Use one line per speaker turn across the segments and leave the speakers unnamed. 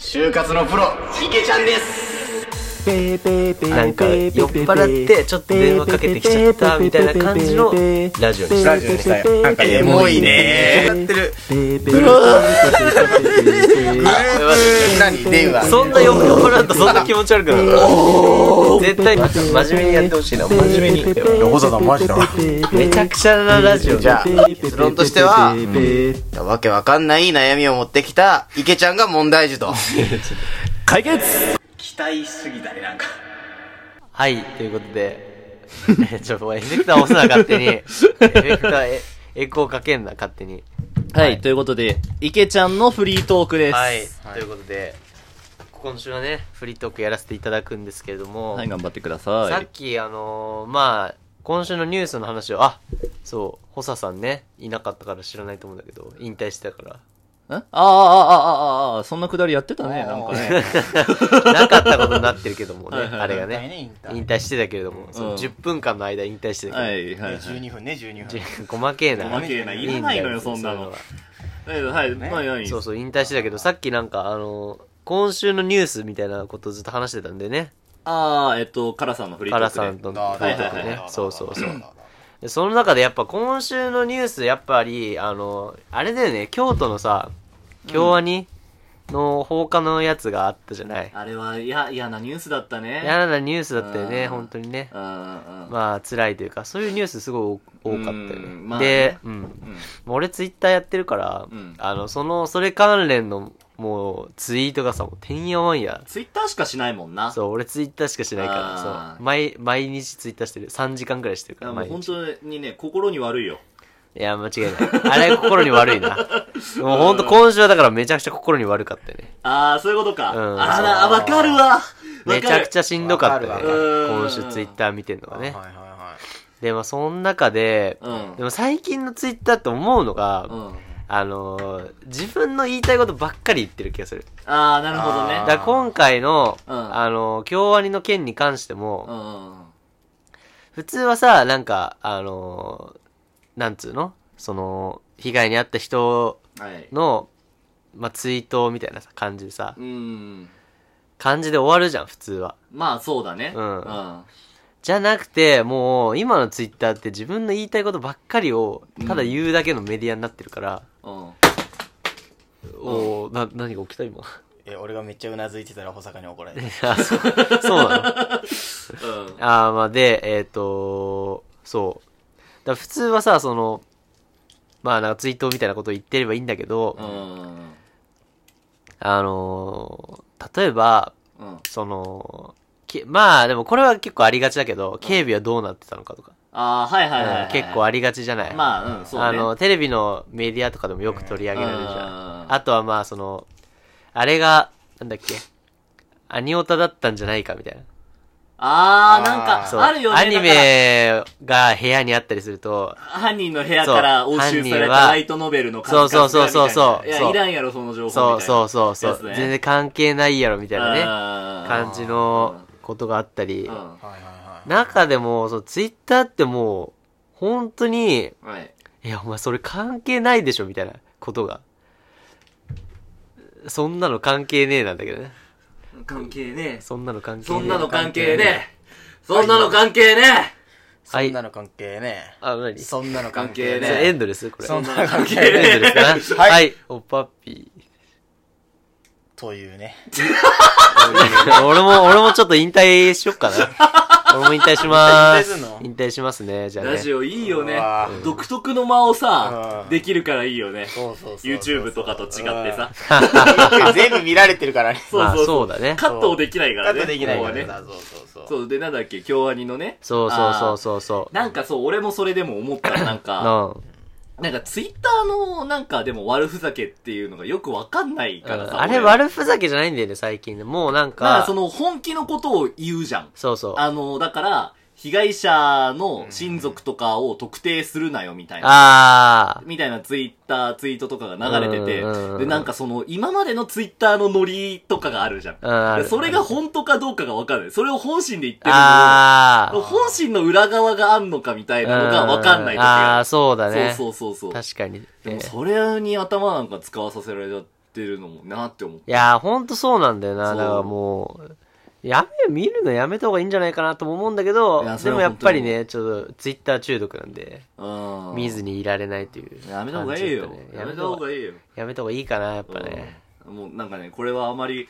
就活のプロ池ちゃんです。
なんか酔っ払ってちょっと電話かけてきちゃったみたいな感じのラジオにした
ラジオにしたよ。なんかエモいねー。やってる。何電話。
そんな酔っ払うとそんな気持ち悪くなる。絶対真面目にやってほしいな。真面目に。
横澤さんマジだ。
めちゃくちゃなラジオ。
じゃあ結論としては、わけわかんない悩みを持ってきた池ちゃんが問題児と
解決。
期待しすぎたねなんか。
はい、ということでちょっとエフェクター押すな勝手に。エフェクターエコーかけんな勝手に。
はい、ということで池ちゃんのフリートークです。
はい、ということで今週はねフリートークやらせていただくんですけれども、
はい、頑張ってください。
さっきまあ今週のニュースの話をそう補佐さんねいなかったから知らないと思うんだけど引退してたから
そんなくだりやってたね、なんかね。
なかったことになってるけどもね、
はいはいはい
あれがね引退してたけれども、その10分間の間引退してたけど、
はいはいはい。
12分ね12分。
細けえな
細けえないらないのよそんなの。はい、何
そう引退してたけど、さっきなんか今週のニュースみたいなことをずっと話してたんでね。
カラさんのフリートークで。
カラさんとのフリートークね。そう
う。
でその中でやっぱ今週のニュースやっぱりあれだよね、京都のさ京アニの放火のやつがあったじゃない。
あれは嫌なニュースだったね。
嫌なニュースだったよね、本当にね。
ま
まあ辛いというか、そういうニュースすごい多かったよね。
まあね
で、俺ツイッターやってるから、それ関連のもうツイートがさ、もうてんやわんや。
ツイッターしかしないもんな。
そう、俺ツイッターしかしないから、そう。毎日ツイッターしてる。3時間くらいしてるから、
もう本
毎日。
当にね、心に悪いよ。
いや、間違いない。あれ心に悪いな。もうほんと今週はだからめちゃくちゃ心に悪かったよね。
そういうことか。
わ
かるわ。
めちゃくちゃしんどかったよね。
わかる
今週ツイッター見てんのがね。
はいはいは
で、まあその中で、でも最近のツイッターって思うのが、自分の言いたいことばっかり言ってる気がする。
なるほどね。
だから今回の、京アニの件に関しても、普通はさ、なんか、なんつうのその、被害に遭った人の、まあ、ツイートみたいなさ、感じでさ、感じで終わるじゃん、普通は。
まあそうだね。
じゃなくて、もう、今のツイッターって自分の言いたいことばっかりを、ただ言うだけのメディアになってるから、何が起きた今。
俺がめっちゃうなずいてたら保坂に怒られる。
そうなのまあで、そう。だから普通はさ、まあなんかツイートみたいなことを言ってればいいんだけど、例えば、まあでもこれは結構ありがちだけど、警備はどうなってたのかとか。結構ありがちじゃない。
まあ、そうね。
テレビのメディアとかでもよく取り上げられるじゃん。あとはまああれが、なんだっけ、アニオタだったんじゃないかみたいな。
なんか、あるよね。
アニメが部屋にあったりすると、
犯人の部屋から押収されたライトノベルの数々がみたいな。そう。いや、いらんやろ、その情報みたいな。
そう。全然関係ないやろ、みたいなね、感じのことがあったり。中でも、ツイッターってもう、本当に、いや、お前それ関係ないでしょ、みたいなことが。そんなの関係ねえなんだけどね。
関係ねえ。
そんなの関係ねえ。
そんなの関係ねえ。そんなの関係ねえ。
そんなの関係ねえ。
何
そんなの関係ね
え。エンドレスこれ。
そんなの関係ね
え。エンドレスかな。はい。おパッピー。
というね。
俺もちょっと引退しよっかな。俺も引退しまーす。引退しますね、じゃあね。
ラジオいいよね。独特の間をさ、できるからいいよね。YouTube とかと違ってさ。
全部見られてるからね。
そうだね。
カットできないからね。
カットできないからね。
そう。で、なんだっけ、京アニのね。
そう。
なんかそう、俺もそれでも思ったらなんか、ツイッターのなんかでも悪ふざけっていうのがよくわかんないからさ。
あれ悪ふざけじゃないんだよね、最近で。もうなんか。
本気のことを言うじゃん。
そう。
だから、被害者の親族とかを特定するなよみたいな。みたいなツイートとかが流れてて、で、なんか今までのツイッターのノリとかがあるじゃん。それが本当かどうかがわかんない。それを本心で言ってるの本心の裏側があんのかみたいなのがわかんない時が。
そうだね。
そう。
確かに。
でもそれに頭なんか使わさせられちゃっってるのもなって思って。
いやー、ほんとそうなんだよな。だからもう、見るのやめた方がいいんじゃないかなとも思うんだけど、でもやっぱりね、ちょっとツイッター中毒なんで、見ずにいられないという。
やめた方がいいよ。やめた方がいいよ。
やめた方がいいかな、やっぱね。
もうなんかね、これはあまり、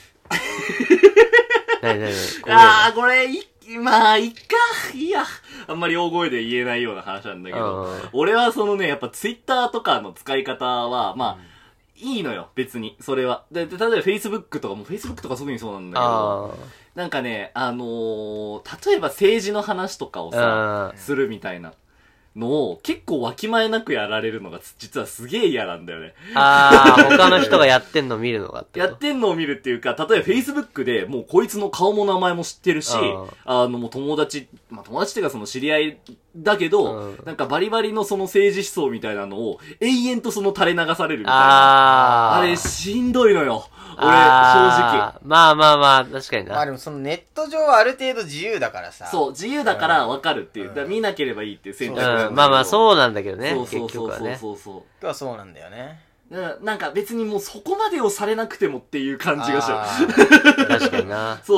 これ、まあ、いっか。いや。あんまり大声で言えないような話なんだけど、俺はそのね、やっぱツイッターとかの使い方は、まあ、いいのよ、別に、それは。例えば Facebook とかも、Facebook とか特にそうなんだけど、なんかね、例えば政治の話とかをさ、するみたいなのを、結構わきまえなくやられるのが、実はすげえ嫌なんだよね。
他の人がやってんのを見るのが
やってんのを見るっていうか、例えば Facebook でもうこいつの顔も名前も知ってるし、もう友達っていうかその知り合いだけど、なんかバリバリのその政治思想みたいなのを永遠とその垂れ流されるみたいな。あれしんどいのよ。俺、正直。
まあ、確かにな。
まあでもそのネット上はある程度自由だからさ。
そう、自由だから分かるっていう。だから見なければいいっていう選択なんだけど。
まあ、そうなんだけどね。
そう。
そうなんだよね。
なんか別にもうそこまでをされなくてもっていう感じがしちゃ
う。確かにな。
そう。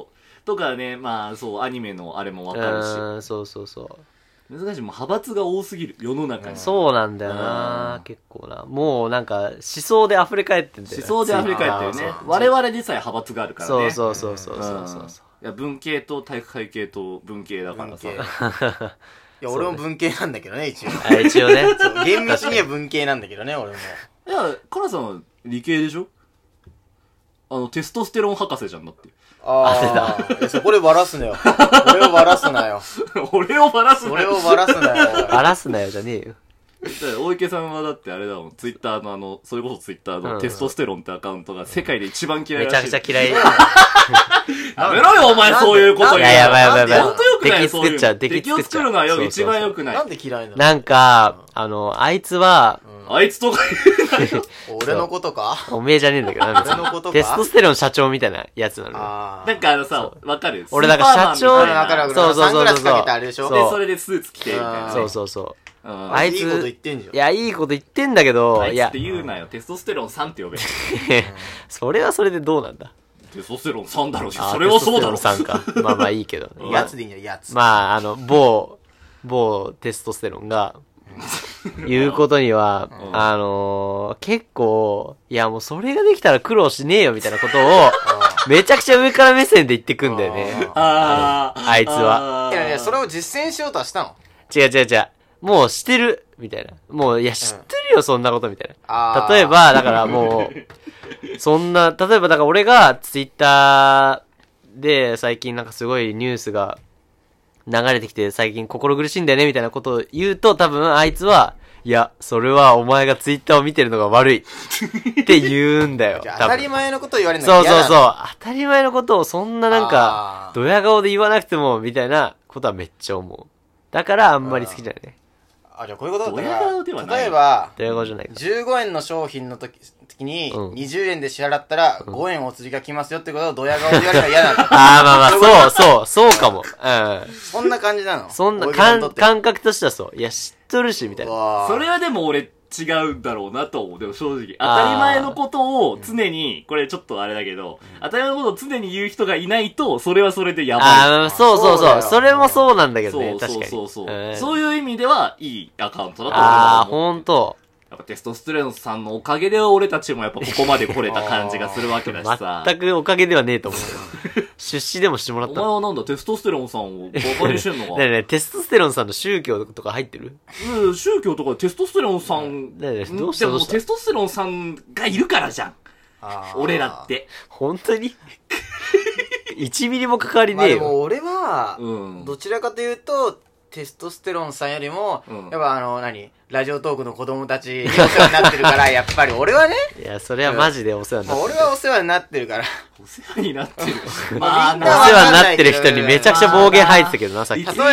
とかね、まあそう、アニメのあれも分かるし。
そう。
難しい。もう派閥が多すぎる。世の中に。
そうなんだよな。結構な。もうなんか思想で溢れ返ってんだよね。
思想で溢れ返ってるね。我々でさえ派閥があるからね。
そう。
いや、文系と体育会系と文系だからさ。い
や、俺も文系なんだけどね、一応。
一応ね。
厳密には文系なんだけどね、俺も。
いや、カナさんは理系でしょ？テストステロン博士じゃんだって。
そこでバラすなよ。俺をバラすなよ。
俺をバラすなよ。
俺をバラすなよ。
バラすなよじゃねえよ。
大池さんはだってあれだもん、ツイッターのそれこそツイッターのテストステロンってアカウントが世界で一番嫌いらしい。
めちゃくちゃ嫌い。
やめろよ、お前そういうこと言う。
やばい。
ほんとよくない。
敵作っちゃう。
敵を作るのはよ、一番よくない。
なんで嫌いなの？
なんか、あいつは、
あいつとか言うなよ。
俺のことか？
おめえじゃねえんだけど、なん
俺のことか？
テストステロン社長みたいなやつなの。
なんかさ、わかる？
俺だから社長、
そう。サングラスかけてあれでしょ？
で、それでスーツ着て、みたいな。
そう。
あいつ、いいこと言ってんじゃん。
いや、いいこと言ってんだけど、
あいつって言うなよ。テストステロン3って呼べ。
それはそれでどうなんだ？
テストステロン3だろうし、それはそうだろう。
テストステロン3か。まあいいけど。
やつでいいんだよ、やつ。
まあ、某テストステロンが、言うことには、結構、いやもうそれができたら苦労しねえよみたいなことを、めちゃくちゃ上から目線で言ってくんだよね。あいつは。
いや、それを実践しようとはしたの？
違う。もうしてるみたいな。もう、いや、知ってるよ、そんなことみたいな。例えば、だからもう、例えばだから俺がツイッターで最近なんかすごいニュースが流れてきて最近心苦しいんだよねみたいなことを言うと多分あいつは、いや、それはお前がツイッターを見てるのが悪いって言うんだよ。
当たり前のこと言われるのが
嫌だ。そう。当たり前のことをそんななんか、ドヤ顔で言わなくてもみたいなことはめっちゃ思う。だからあんまり好きじゃないね。
じゃあこういうことだった
ら、
例えば、
ドヤ顔じゃないか。
15円の商品の時に、20円で支払ったら、5円お釣りが来ますよってことをドヤ顔で言われたら嫌なんだ。
そうかも。
そんな感じなの？
そんな感覚としてはそう。いや、知っとるし、みたいな。
それはでも俺違うんだろうなと思う。でも正直。当たり前のことを常に、これちょっとあれだけど、当たり前のことを常に言う人がいないと、それはそれでやばい。
そう。それもそうなんだけどね。確かに。
そう。そういう意味では、いいアカウントだと思う。
ほんと。
やっぱテストステロンさんのおかげで俺たちもやっぱここまで来れた感じがするわけだしさ。
全くおかげではねえと思う。出資でもしてもらった。
お前はなんだ、テストステロンさんをバカにしてんのか？
ねえ、テストステロンさんの宗教とか入ってる？
宗教とかテストステロンさん、
どうした？
でもテストステロンさんがいるからじゃん。俺らって。
本当に1ミリも関わりねえよ。
でも俺は、どちらかというと、テストステロンさんよりも、やっぱラジオトークの子供たちにお世話になってるから、やっぱり俺はね。
いや、それはマジでお世話になってる。
俺はお世話になってるから。
お世話になってる。
まあ、お世話になってる人にめちゃくちゃ暴言吐いてたけどな、さっき。
例え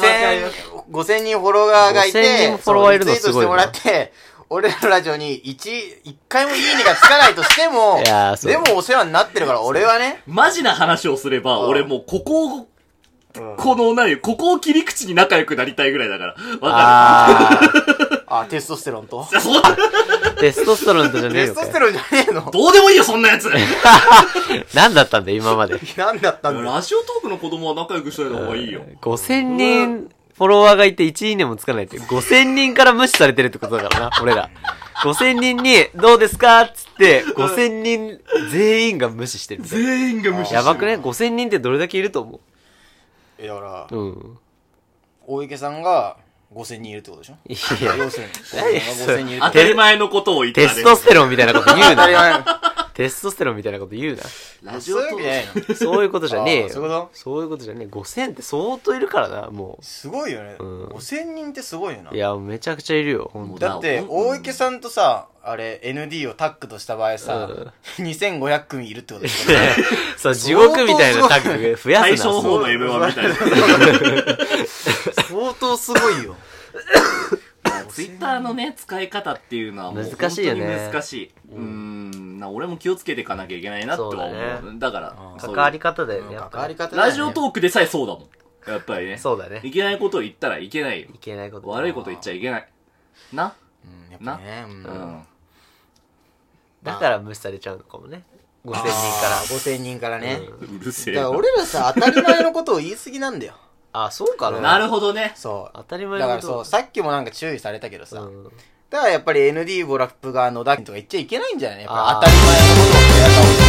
5000人フォロワーがいて、
5000人フォロワーいるのすごいな。
ツイートしてもらって、俺らのラジオに一回もいいねがつかないとしても、でもお世話になってるから、俺はね。
マジな話をすれば、俺もうここを切り口に仲良くなりたいぐらいだから。わかる？
あ、テストステロンと
テストステロンとじゃねえ
テ
よかよ。
ストステロンじゃねえの
どうでもいいよ、そんなやつ
何だったんだよ、今まで。
何だったんだよ。
ラジオトークの子供は仲良くしといた方がいいよ。
5000人フォロワーがいて1いいねもつかないって、5000人から無視されてるってことだからな、俺ら。5000人に、どうですかっつって、5000人全員が無視してるみたいな。
全員が無視してる。
やばくね ?5000 人ってどれだけいると思
だから、
う？うん。
大池さんが5000人いるってことでしょ？
いや、
要するに。5000人いる
当たり前のことを言った
テストステロンみたいなこと言うな。
当たり前。
テストステロンみたいなこと言うな。
ラジオトーク。
そういうことじゃねえよ。
そういうこと？
そういうことじゃねえ。5000って相当いるからな、もう。
すごいよね。5000人ってすごいよな。
いや、めちゃくちゃいるよ、ほんと。
だって、大池さんとさ、あれ、ND をタッグとした場合さ、2500組いるってことですよね。
そう、地獄みたいなタッグ増やすな。
最小の方の M1 みたいな。
相当すごいよ。
ツイッターのね、使い方っていうのはもう
難しいよね。
難しい。俺も気をつけていかなきゃいけないなって思う。だから、
関わり方だよね。
関わり方だよね。
ラジオトークでさえそうだもん。やっぱりね。
そうだね。
いけないことを言ったらいけないよ。
いけないこと。
悪いこと言っちゃいけない。な。
やっぱね。
だから無視されちゃうのかもね。5000人から。
5000人からね。
うるせえ。
だから俺らさ、当たり前のことを言い過ぎなんだよ。
あ、そうかな。
なるほどね。
そう。
当たり前のこと。
だからそう、さっきもなんか注意されたけどさ。だからやっぱり ND ボラップが野田君とか言っちゃいけないんじゃない？やっぱ当たり前のことをやった方がいい。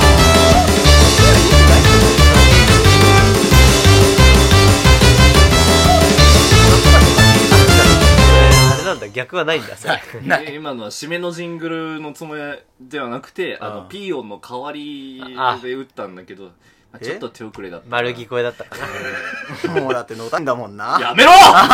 あれなんだ、逆はないんだ、それ。
今のは締めのジングルのつもりではなくて、ピー音の代わりで打ったんだけど、ちょっと手遅れだった。
丸聞こえだったかな。
もうだって野田君だもんな。
やめろ